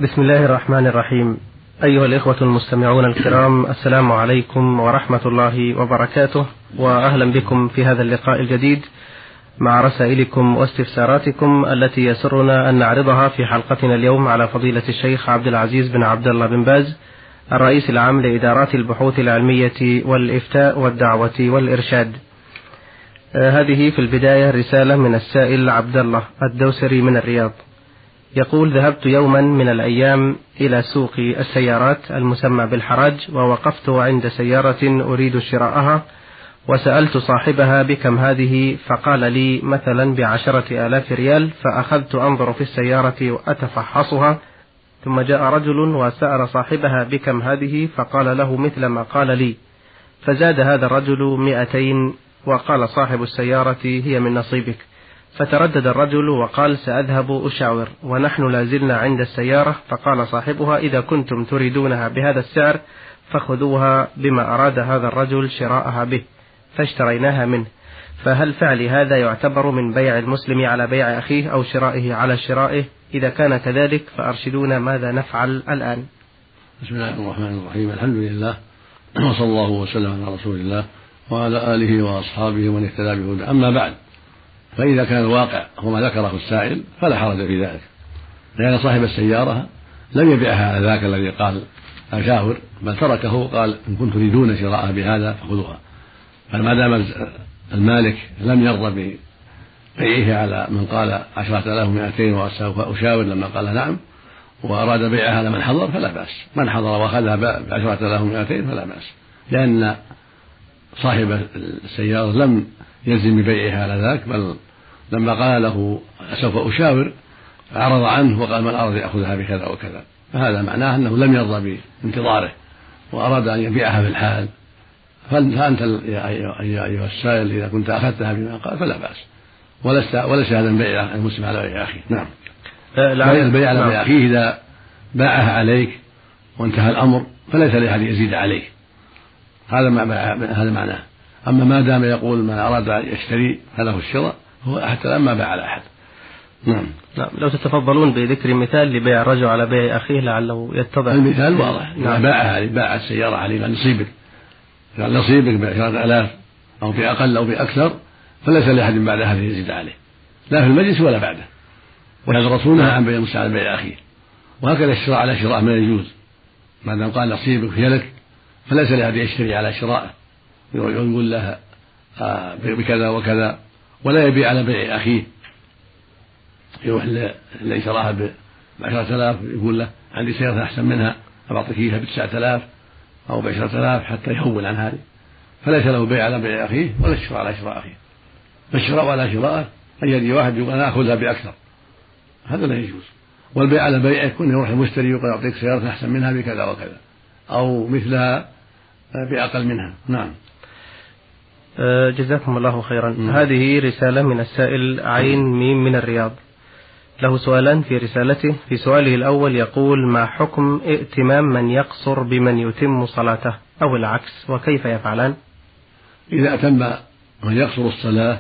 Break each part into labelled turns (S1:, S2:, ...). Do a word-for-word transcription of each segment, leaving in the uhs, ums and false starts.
S1: بسم الله الرحمن الرحيم. أيها الإخوة المستمعون الكرام، السلام عليكم ورحمة الله وبركاته، وأهلا بكم في هذا اللقاء الجديد مع رسائلكم واستفساراتكم التي يسرنا أن نعرضها في حلقتنا اليوم على فضيلة الشيخ عبد العزيز بن عبد الله بن باز، الرئيس العام لإدارات البحوث العلمية والإفتاء والدعوة والإرشاد. آه هذه في البداية رسالة من السائل عبد الله الدوسري من الرياض، يقول: ذهبت يوما من الأيام إلى سوق السيارات المسمى بالحراج، ووقفت عند سيارة أريد شراءها، وسألت صاحبها بكم هذه، فقال لي مثلا بعشرة آلاف ريال. فأخذت أنظر في السيارة وأتفحصها، ثم جاء رجل وسأل صاحبها بكم هذه، فقال له مثل ما قال لي، فزاد هذا الرجل مئتين، وقال صاحب السيارة هي من نصيبك. فتردد الرجل وقال سأذهب أشاور، ونحن لازلنا عند السيارة، فقال صاحبها إذا كنتم تريدونها بهذا السعر فخذوها بما أراد هذا الرجل شراءها به، فاشتريناها منه. فهل فعل هذا يعتبر من بيع المسلم على بيع أخيه أو شرائه على شرائه؟ إذا كان كذلك فأرشدونا ماذا نفعل الآن.
S2: بسم الله الرحمن الرحيم. الحمد لله، وصلى الله وسلم على رسول الله وعلى آله وأصحابه ومن اهتدى بهداه. أما بعد، فإذا كان الواقع هو ما ذكره السائل فلا حرج في ذلك، لأن صاحب السيارة لم يبيعها على ذاك الذي قال أشاور، بل تركه قال إن كنتم تريدون شراءها بهذا فخذوها. فما دام المالك لم يرضى ببيعه على من قال عشرة آلاف ومئتين وسوف أشاور لما قال نعم، وأراد بيعها على من حضر فلا بأس. من حضر وأخذها بعشرة آلاف ومئتين فلا بأس، لأن صاحب السيارة لم يلزم ببيعها على ذاك، بل لما قال له سوف أشاور أعرض عنه وقال من أراد يأخذها بكذا وكذا، فهذا معناه أنه لم يرضى بانتظاره وأراد أن يبيعها في الحال. فأنت يا أيها السائل إذا كنت أخذتها بما قال فلا بأس، ولست وليس هذا البيع المسلم على بيع أخيه. نعم، البيع على بيع أخيه إذا باعها عليك وانتهى الأمر فليس لأحد يزيد عليه، هذا هذا معناه. أما ما دام يقول من أراد أن يشتري فله الشراء، هو حتى الآن ما باع على أحد. نعم.
S1: نعم. لو تتفضلون بذكر مثال لبيع الرجل على بيع أخيه لعله يتضح.
S2: المثال واضح. نعم. باعها باع السيارة عليه نصيبك، قال نصيبك بعشرة آلاف أو بأقل أو بأكثر، فليس لأحد بعد هذا يزيد عليه، لا في المجلس ولا بعده. وهذا الرسول نهى عن بيع المسلم على بيع أخيه، وهكذا الشراء على شراء ما يجوز، ما دام قال نصيبك هي لك فليس لأحد يشتري على شرائه يقول لها بكذا وكذا، ولا يبيع على بيع أخيه، يروح اللي شراها بعشرة آلاف يقول له عندي سيارة أحسن منها أبعطيك إياها بتسعة آلاف أو بعشرة آلاف حتى يهون عن هذه، فليس له بيع على بيع أخيه ولا الشراء على شراء أخيه. فالشراء على شراءه أن يجي واحد يقول أنا أخذها بأكثر، هذا لا يجوز. والبيع على بيع يكون يروح المشتري يقول أعطيك سيارة أحسن منها بكذا وكذا أو مثلها بأقل منها. نعم.
S1: جزاكم الله خيرا. م. هذه رسالة من السائل عين ميم من الرياض، له سؤالان في رسالته. في سؤاله الأول يقول: ما حكم ائتمام من يقصر بمن يتم صلاته أو العكس، وكيف يفعلان؟
S2: إذا أتم من يقصر الصلاة،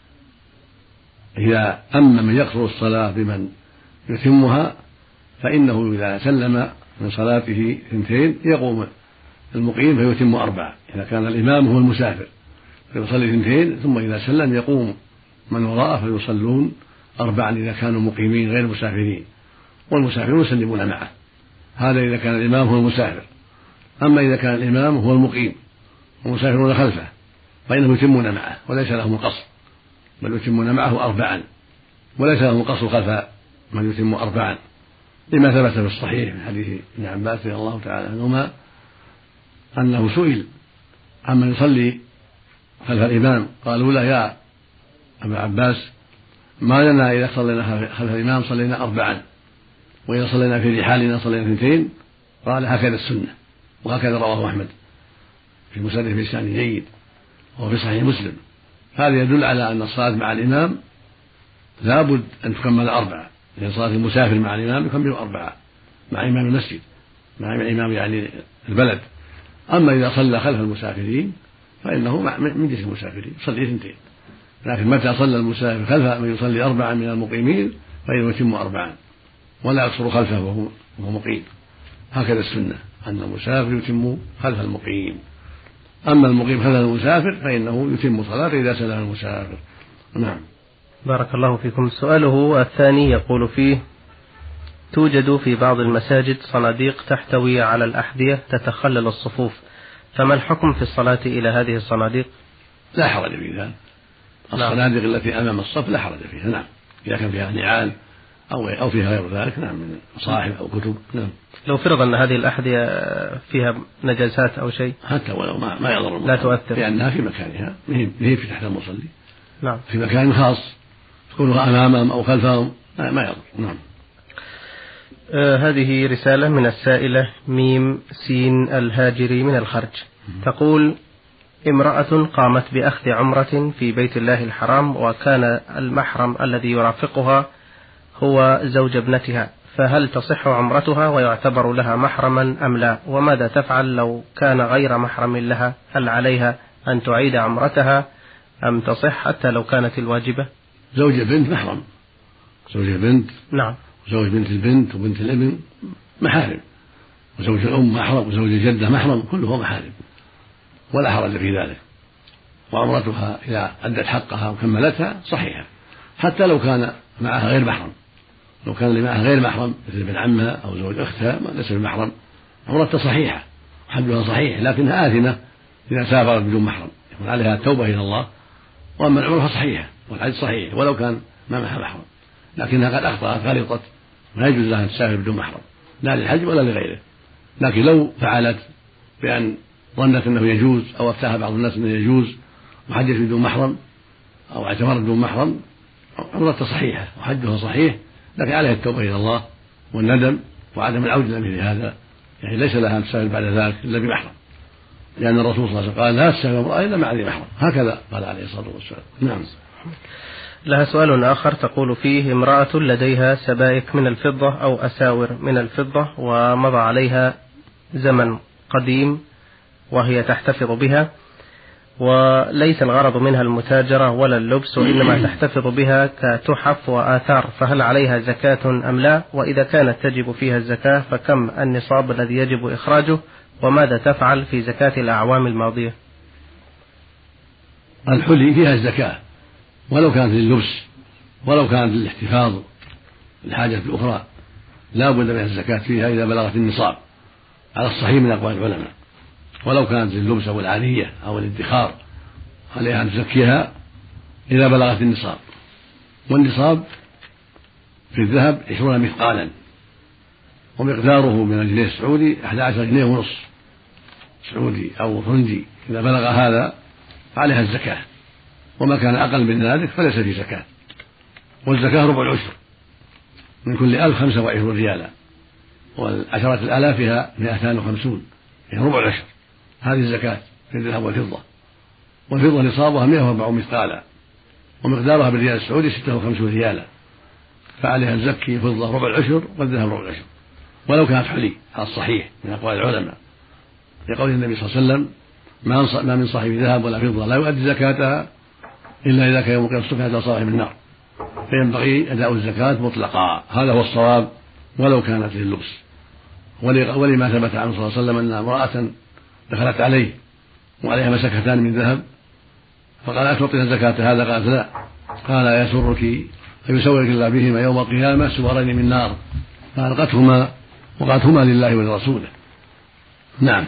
S2: إذا أم من يقصر الصلاة بمن يتمها، فإنه إذا سلم من صلاته اثنتين يقوم المقيم فيتم أربعة، إذا كان الإمام هو المسافر فيصلي اثنتين، ثم إذا سلم يقوم من وراءه فيصلون أربعا إذا كانوا مقيمين غير مسافرين، والمسافرون يسلمون معه. هذا إذا كان الإمام هو المسافر. أما إذا كان الإمام هو المقيم والمسافرون خلفه فإنهم يتمون معه وليس لهم القصر، بل يتمون معه أربعا، وليس لهم القصر خلف من يتم أربعا، لما ثبت في الصحيح من حديث ابن عباس رضي الله تعالى عنهما أنه سئل عمن يصلي خلف الإمام، قالوا له يا أبا عباس ما لنا إذا صلينا خلف الإمام صلينا أربعا، وإذا صلينا في رحالنا صلينا اثنتين؟ قال هكذا السنة، وهكذا رواه أحمد في مسنده بإسناد جيد وفي صحيح مسلم. هذا يدل على أن الصلاة مع الإمام لابد أن تكمل أربعة، لأن صلاة المسافر مع الإمام يكمل أربعة مع إمام المسجد، مع إمام يعني البلد. أما إذا صلى خلف المسافرين فإنه من جنس المسافرين يصلي اثنتين، لكن متى صلى المسافر خلف من يصلي أربعا من المقيمين فإنه يتم أربعا، ولا يقصر خلفه وهو مقيم. هكذا السنة أن المسافر يتم خلف المقيم، أما المقيم خلف المسافر فإنه يتم صلاته إذا سلم المسافر. نعم.
S1: بارك الله فيكم. سؤاله الثاني يقول فيه: توجد في بعض المساجد صناديق تحتوي على الأحذية تتخلل الصفوف، فما الحكم في الصلاة إلى هذه الصناديق؟
S2: لا حرج في ذلك. الصناديق التي أمام الصف لا حرج فيها. نعم، إذا كان فيها نعال أو أو فيها غير ذلك، نعم، من مصاحف أو كتب. نعم.
S1: لو فرض أن هذه الأحذية فيها نجاسات أو شيء،
S2: حتى ولو ما, ما يضر
S1: لا تؤثر،
S2: لأنها في مكانها، هي في تحت المصلي.
S1: نعم.
S2: في مكان خاص تكونها أمامهم أو خلفهم ما يضر. نعم.
S1: آه هذه رسالة من السائلة ميم سين الهاجري من الخرج، تقول: امرأة قامت بأخذ عمرة في بيت الله الحرام، وكان المحرم الذي يرافقها هو زوج ابنتها، فهل تصح عمرتها ويعتبر لها محرما أم لا؟ وماذا تفعل لو كان غير محرم لها؟ هل عليها أن تعيد عمرتها أم تصح حتى لو كانت الواجبة؟
S2: زوج البنت محرم، زوج البنت
S1: نعم،
S2: زوج بنت البنت وبنت الابن محارم، وزوج الأم محرم، وزوج الجدة محرم، كله محارم ولا حرج في ذلك. وعمرتها إذا أدت حقها وكملتها صحيحة، حتى لو كان معها غير محرم. لو كان اللي معها غير محرم مثل ابن عمها أو زوج أختها ليس بمحرم، عمرتها صحيحة وحجها صحيح، لكنها آثمة إذا سافرت بدون محرم، يكون عليها التوبة إلى الله. وأما العمرة صحيحة والحج صحيح ولو كان ما معها محرم، لكنها قد أخطأت غلطت، ما يجوز لها أن تسافر بدون محرم لا للحج ولا لغيره. لكن لو فعلت بأن ظنت أنه يجوز أو أفتاها بعض الناس أنه يجوز وحجت بدون محرم أو اعتمرت بدون محرم، عمرتها صحيحة وحجها صحيح، لكن عليها التوبة إلى الله والندم وعدم العودة إلى مثل هذا، يعني ليس لها أن تسافر بعد ذلك إلا بمحرم، لأن الرسول صلى الله عليه وسلم قال: لا تسافر امرأة إلا مع ذي محرم، هكذا قال عليه الصلاة والسلام. نعم.
S1: لها سؤال آخر تقول فيه: امرأة لديها سبائك من الفضة أو أساور من الفضة ومضى عليها زمن قديم وهي تحتفظ بها، وليس الغرض منها المتاجرة ولا اللبس، وإنما تحتفظ بها كتحف وآثار، فهل عليها زكاة أم لا؟ وإذا كانت تجب فيها الزكاة فكم النصاب الذي يجب إخراجه؟ وماذا تفعل في زكاة الأعوام الماضية؟
S2: الحلي فيها الزكاة ولو كانت لللبس ولو كانت للاحتفاظ الحاجة الأخرى، لا بد من الزكاة فيها إذا بلغت النصاب على الصحيح من أقوال العلماء. ولو كانت لللبس أو العارية أو الادخار عليها أن تزكيها إذا بلغت النصاب. والنصاب في الذهب عشرون مثقالا، ومقداره من الجنيه السعودي أحد عشر جنيه ونصف سعودي أو فرنجي، إذا بلغ هذا فعليها الزكاة، وما كان أقل من ذلك فليس في زكاة. والزكاة ربع العشر، من كل ألف خمسة وعشرون ريالا، والعشرة الآلاف فيها مئتان وخمسون، يعني ربع العشر. هذه الزكاة في الذهب والفضة. والفضة نصابها مئة وأربعون مثقالا، ومقدارها بالريال السعودي ستة وخمسون ريالا، فعليها الزكي فضة ربع العشر والذهب ربع العشر، ولو كانت حلي على الصحيح من أقوال العلماء، لقول النبي صلى الله عليه وسلم: ما من صاحب ذهب ولا فضة لا يؤدي زكاتها إلا إذا كان يوم القيامة الصبح على صاحب النار، فينبغي أداء الزكاة مطلقا. هذا هو الصواب ولو كانت لللبس. ولما ثبت عنه صلى الله عليه وسلم أن امرأة دخلت عليه وعليها مسكتان من ذهب، فقال: أتعطيها زكاة هذا؟ قالت: لا. قال: يسرك أن يسورك الله بهما يوم القيامة سوارين من نار، فألقتهما وقالتهما لله ولرسوله. نعم.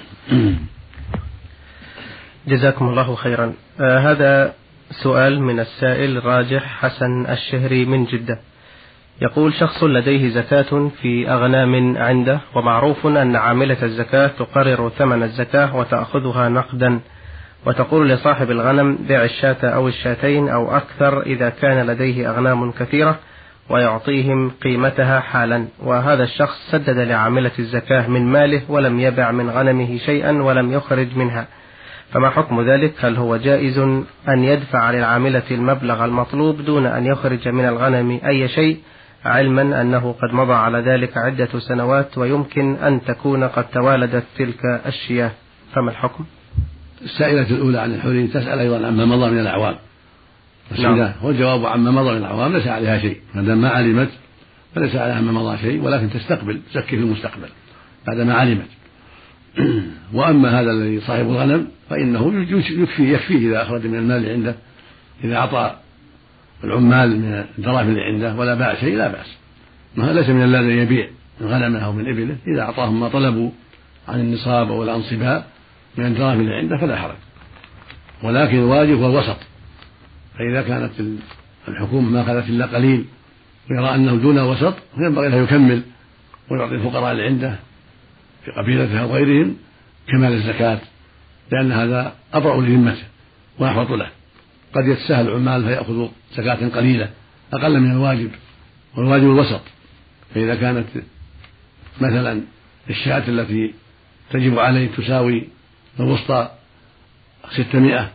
S1: جزاكم الله خيرا. آه هذا سؤال من السائل راجح حسن الشهري من جدة، يقول: شخص لديه زكاة في أغنام عنده، ومعروف أن عاملة الزكاة تقرر ثمن الزكاة وتأخذها نقدا، وتقول لصاحب الغنم: بيع الشاة أو الشاتين أو أكثر إذا كان لديه أغنام كثيرة، ويعطيهم قيمتها حالا. وهذا الشخص سدد لعاملة الزكاة من ماله ولم يبع من غنمه شيئا ولم يخرج منها، فما حكم ذلك؟ هل هو جائز أن يدفع للعاملة المبلغ المطلوب دون أن يخرج من الغنم أي شيء، علما أنه قد مضى على ذلك عدة سنوات ويمكن أن تكون قد توالدت تلك الشياه، فما الحكم؟
S2: السائلة الأولى عن الحلي تسأل أيضا عما مضى من الأعوام. نعم. والجواب عما مضى من الأعوام ليس عليها شيء، ما دام ما علمت فليس عليها ما مضى شيء، ولكن تستقبل تزكي في المستقبل بعدما علمت. وأما هذا الذي صاحب الغنم فإنه يكفي يكفيه إذا أخرج من المال اللي عنده، إذا أعطى العمال من الدراهم اللي عنده ولا باع شيء لا بأس، ليس من اللازم يبيع من غنمه أو من إبله، إذا أعطاهم ما طلبوا عن النصاب أو الأنصباء من الدراهم اللي عنده فلا حرج. ولكن الواجب هو الوسط، فإذا كانت الحكومة ما أخذت إلا قليل ويرى أنه دون الوسط فينبغي له يكمل ويعطي الفقراء اللي عنده في قبيلته أو غيرهم كمال الزكاة، لأن هذا أبرأ لذمته وأحوط له. قد يتساهل العمال فيأخذوا زكاة قليلة أقل من الواجب، والواجب الوسط. فإذا كانت مثلا الشاة التي تجب عليه تساوي الوسطى ستمائة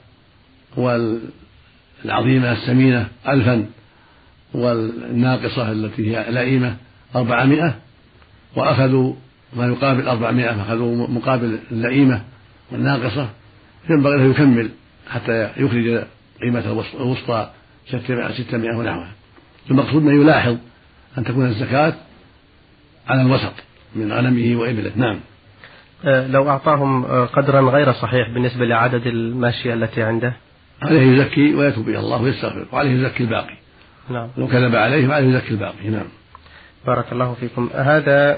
S2: والعظيمة السمينة ألفا والناقصة التي هي لئيمة أربعمائة، وأخذوا ما يقابل أربعمائة فأخذوا مقابل اللئيمة والناقصة، ينبغي له يكمل حتى يخرج قيمة الوسطى ستمائة ونحوها. المقصود أن يلاحظ أن تكون الزكاة على الوسط من غنمه وإبله. نعم.
S1: لو أعطاهم قدرا غير صحيح بالنسبة لعدد الماشية التي عنده
S2: عليه يزكي ويتوب إلى الله ويستغفر، وعليه يزكي الباقي.
S1: نعم.
S2: لو كذب عليه فعليه يزكي الباقي. نعم.
S1: بارك الله فيكم. هذا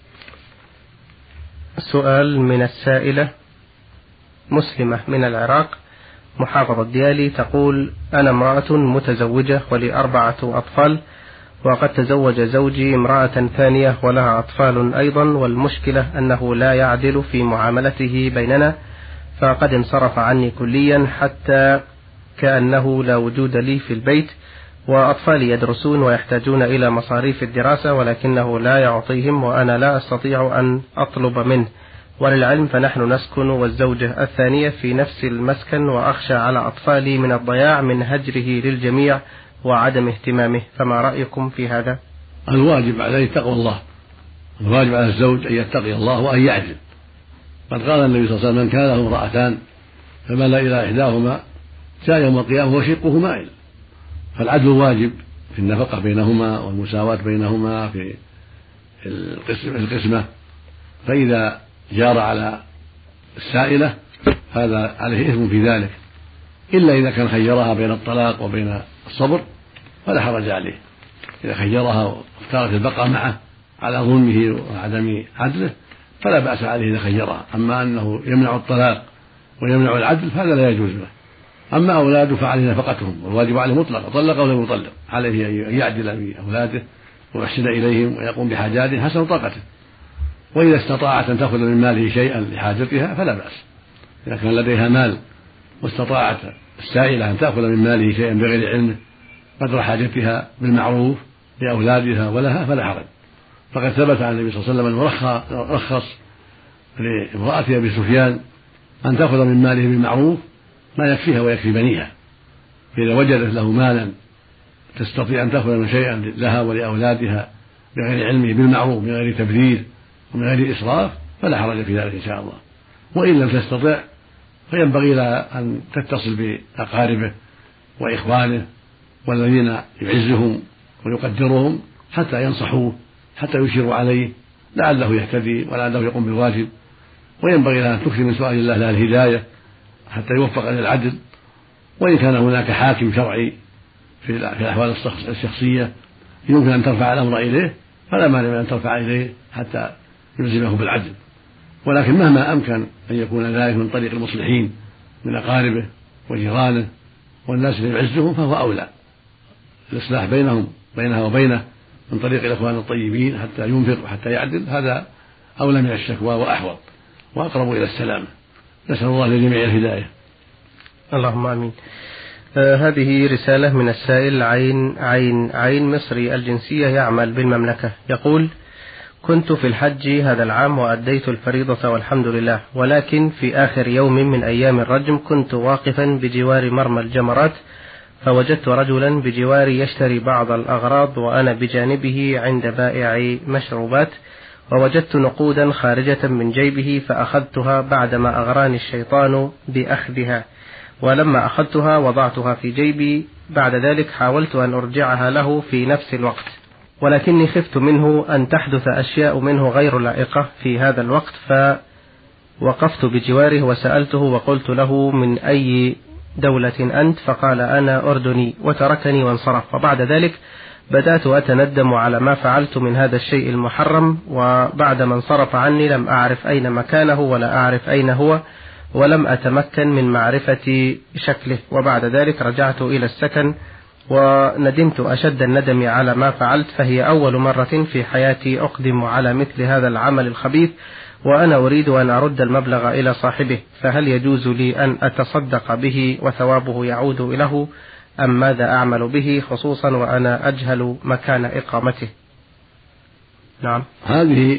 S1: سؤال من السائلة مسلمة من العراق محافظة ديالي، تقول: أنا امرأة متزوجة ولي أربعة أطفال، وقد تزوج زوجي امرأة ثانية ولها أطفال أيضا، والمشكلة أنه لا يعدل في معاملته بيننا، فقد انصرف عني كليا حتى كأنه لا وجود لي في البيت، وأطفالي يدرسون ويحتاجون إلى مصاريف الدراسة ولكنه لا يعطيهم وأنا لا أستطيع أن أطلب منه، وللعلم فنحن نسكن والزوجة الثانية في نفس المسكن، وأخشى على أطفالي من الضياع من هجره للجميع وعدم اهتمامه، فما رأيكم في هذا؟
S2: الواجب عليه تقوى الله، الواجب على الزوج أن يتقي الله وأن يعدل. قد قال النبي صلى الله عليه وسلم: من كان له امرأتان فمال إلى إحداهما جاء يوم القيامة وشقه مائل. فالعدل واجب في النفقة بينهما والمساواة بينهما في القسمة، فإذا جار على السائلة هذا عليه إثم في ذلك، إلا إذا كان خيرها بين الطلاق وبين الصبر فلا حرج عليه. إذا خيرها واختارت البقاء معه على ظلمه وعدم عدله فلا بأس عليه إذا خيرها. أما أنه يمنع الطلاق ويمنع العدل فهذا لا يجوز له. أما أولاده فعليه نفقتهم، والواجب عليه مطلق، طلق أو لم يطلق، عليه أن يعدل في أولاده ويحسن إليهم ويقوم بحاجاتهم حسب طاقته. وإذا استطاعت أن تأخذ من ماله شيئا لحاجتها فلا بأس. إذا كان لديها مال واستطاعت السائلة أن تأخذ من ماله شيئا بغير علمه قدر حاجتها بالمعروف لأولادها ولها فلا حرج. فقد ثبت عن النبي صلى الله عليه وسلم أنه رخص لامرأة أبي سفيان أن تأخذ من ماله بالمعروف ما يكفيها ويكفي بنيها، فإذا وجدت له مالا تستطيع أن تأخذ من شيئا لها ولأولادها بغير علمه بالمعروف من غير تبذير ومن غير إسراف فلا حرج في ذلك إن شاء الله. وإن لم تستطع فينبغي لها أن تتصل بأقاربه وإخوانه والذين يعزهم ويقدرهم حتى ينصحوه، حتى يشيروا عليه لعله يهتدي ولعله يقوم بالواجب. وينبغي لها أن تكثر من سؤال الله لها الهداية حتى يوفق للعدل. وإن كان هناك حاكم شرعي في الأحوال الشخصية يمكن أن ترفع الأمر إليه فلا مانع من أن ترفع إليه حتى يلزمه بالعدل. ولكن مهما أمكن أن يكون ذلك من طريق المصلحين من أقاربه وجيرانه والناس اللي يعزهم فهو أولى. الإصلاح بينهم بينها وبينه من طريق الإخوان الطيبين حتى ينفق وحتى يعدل، هذا أولى من الشكوى وأحوط وأقرب إلى السلامة. نسأل الله للجميع الهداية.
S1: اللهم آمين. آه هذه رسالة من السائل عين عين عين مصري الجنسية يعمل بالمملكة، يقول: كنت في الحج هذا العام وأديت الفريضة والحمد لله، ولكن في آخر يوم من أيام الرجم كنت واقفا بجوار مرمى الجمرات، فوجدت رجلا بجواري يشتري بعض الأغراض وأنا بجانبه عند بائع مشروبات، ووجدت نقودا خارجة من جيبه فأخذتها بعدما أغراني الشيطان بأخذها، ولما أخذتها وضعتها في جيبي. بعد ذلك حاولت أن أرجعها له في نفس الوقت ولكني خفت منه أن تحدث أشياء منه غير لائقة في هذا الوقت، فوقفت بجواره وسألته وقلت له من أي دولة أنت؟ فقال أنا أردني، وتركني وانصرف. وبعد ذلك بدأت أتندم على ما فعلت من هذا الشيء المحرم، وبعدما انصرف عني لم أعرف أين مكانه ولا أعرف أين هو، ولم أتمكن من معرفة شكله. وبعد ذلك رجعت إلى السكن وندمت أشد الندم على ما فعلت، فهي أول مرة في حياتي أقدم على مثل هذا العمل الخبيث، وأنا أريد أن أرد المبلغ إلى صاحبه، فهل يجوز لي أن أتصدق به وثوابه يعود له، أم ماذا أعمل به، خصوصا وأنا أجهل مكان إقامته؟ نعم.
S2: هذه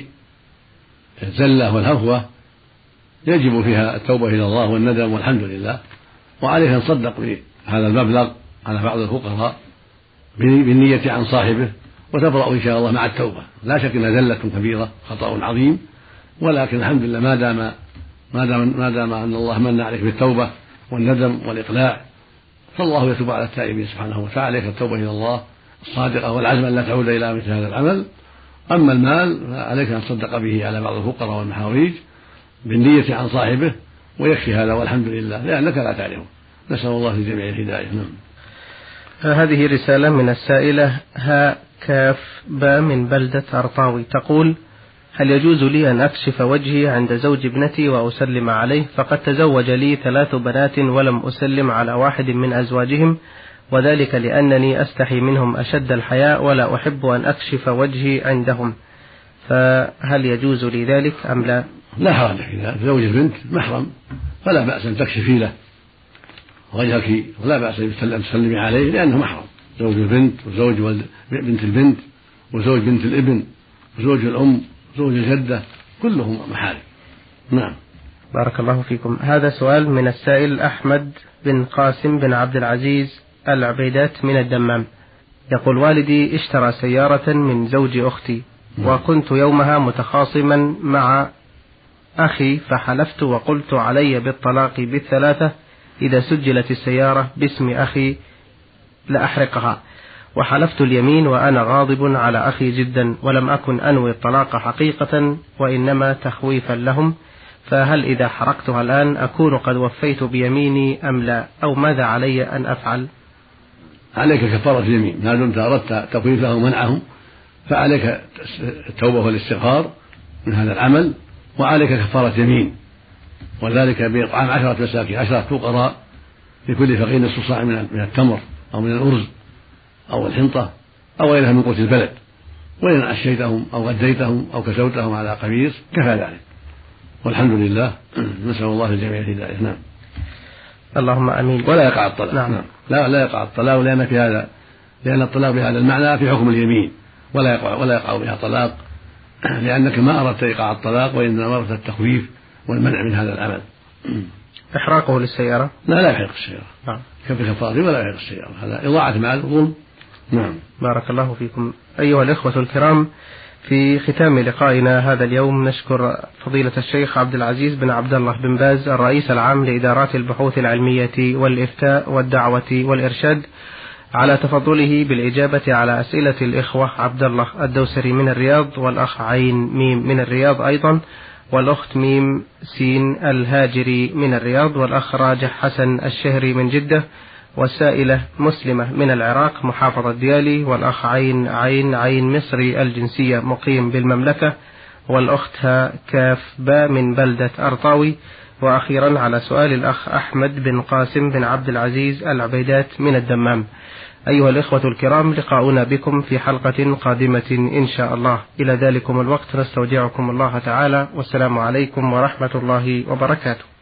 S2: الزلة والهفوة يجب فيها التوبة إلى الله والندم والحمد لله، وعليك أن تصدق بهذا المبلغ على بعض الفقراء بالنية عن صاحبه، وتبرأ إن شاء الله مع التوبة. لا شك أنها زلة كبيرة، خطأ عظيم، ولكن الحمد لله ما دام ما دام ما دام أن الله من عليك بالتوبة والندم والإقلاع، فالله يتوب على التائبين سبحانه وتعالى. عليك التوبة إلى الله الصادقة والعزم أن لا تعود إلى مثل هذا العمل. أما المال فعليك أن تصدق به على بعض الفقراء والمحاويج بالنية عن صاحبه، ويكفي هذا والحمد لله، لأنك لا تعلمه. نسأل الله للجميع الهداية. نعم.
S1: هذه رسالة من السائلة ها كاف با من بلدة أرطاوي، تقول: هل يجوز لي أن أكشف وجهي عند زوج ابنتي وأسلم عليه؟ فقد تزوج لي ثلاث بنات ولم أسلم على واحد من أزواجهم، وذلك لأنني أستحي منهم أشد الحياء ولا أحب أن أكشف وجهي عندهم، فهل يجوز لي ذلك أم لا؟
S2: لا حرج، إذا زوج البنت محرم فلا بأس أن تكشفي له وجهك، ولا بأس أن تسلمي عليه لأنه محرم. زوج البنت وزوج بنت البنت وزوج بنت الابن وزوج الأم وزوج الجدة كلهم محارم. نعم.
S1: بارك الله فيكم. هذا سؤال من السائل أحمد بن قاسم بن عبد العزيز العبيدات من الدمام، يقول: والدي اشترى سيارة من زوج أختي، وكنت يومها متخاصما مع أخي، فحلفت وقلت علي بالطلاق بالثلاثة إذا سجلت السيارة باسم أخي لأحرقها، وحلفت اليمين وأنا غاضب على أخي جدا، ولم أكن أنوي الطلاق حقيقة وإنما تخويفا لهم، فهل إذا حرقتها الآن أكون قد وفيت بيميني أم لا، أو ماذا علي أن أفعل؟
S2: عليك كفارة اليمين، ما دمت أردت تخويفهم ومنعهم فعليك التوبة والاستغفار من هذا العمل، وعليك كفارة يمين، وذلك بإطعام عشرة مساكين، عشرة فقراء لكل فقير نصف صاع من التمر أو من الأرز أو الحنطة أو غيرها من قوت البلد، وإن عشيتهم أو غديتهم أو كسوتهم على قميص كفى ذلك، والحمد لله. نسأل الله للجميع الهداية. نعم.
S1: اللهم آمين.
S2: ولا يقع الطلاق.
S1: نعم.
S2: نعم. لا لا يقع الطلاق، لأن في هذا لأن الطلاق بهذا المعنى في حكم اليمين، ولا يقع ولا يقع بها طلاق، لأنك ما أردت إيقاع الطلاق، وإنما أردت التخويف والمنع من هذا العمل.
S1: إحراقه للسيارة؟
S2: لا لا يحرق السيارة.
S1: نعم.
S2: كفارة ولا يحرق السيارة، هذا إضاعة مال ظلم. نعم.
S1: بارك الله فيكم. أيها الإخوة الكرام، في ختام لقائنا هذا اليوم نشكر فضيلة الشيخ عبد العزيز بن عبد الله بن باز الرئيس العام لإدارات البحوث العلمية والإفتاء والدعوة والإرشاد على تفضله بالإجابة على أسئلة الإخوة عبد الله الدوسري من الرياض، والأخ عين ميم من الرياض أيضا، والأخت ميم سين الهاجري من الرياض، والأخ راجح حسن الشهري من جدة، والسائلة مسلمة من العراق محافظة ديالي، والأخ عين عين عين مصري الجنسية مقيم بالمملكة، والأخت كاف با من بلدة أرطاوي، وأخيرا على سؤال الأخ أحمد بن قاسم بن عبد العزيز العبيدات من الدمام. أيها الإخوة الكرام، لقاؤنا بكم في حلقة قادمة إن شاء الله. إلى ذلكم الوقت نستودعكم الله تعالى، والسلام عليكم ورحمة الله وبركاته.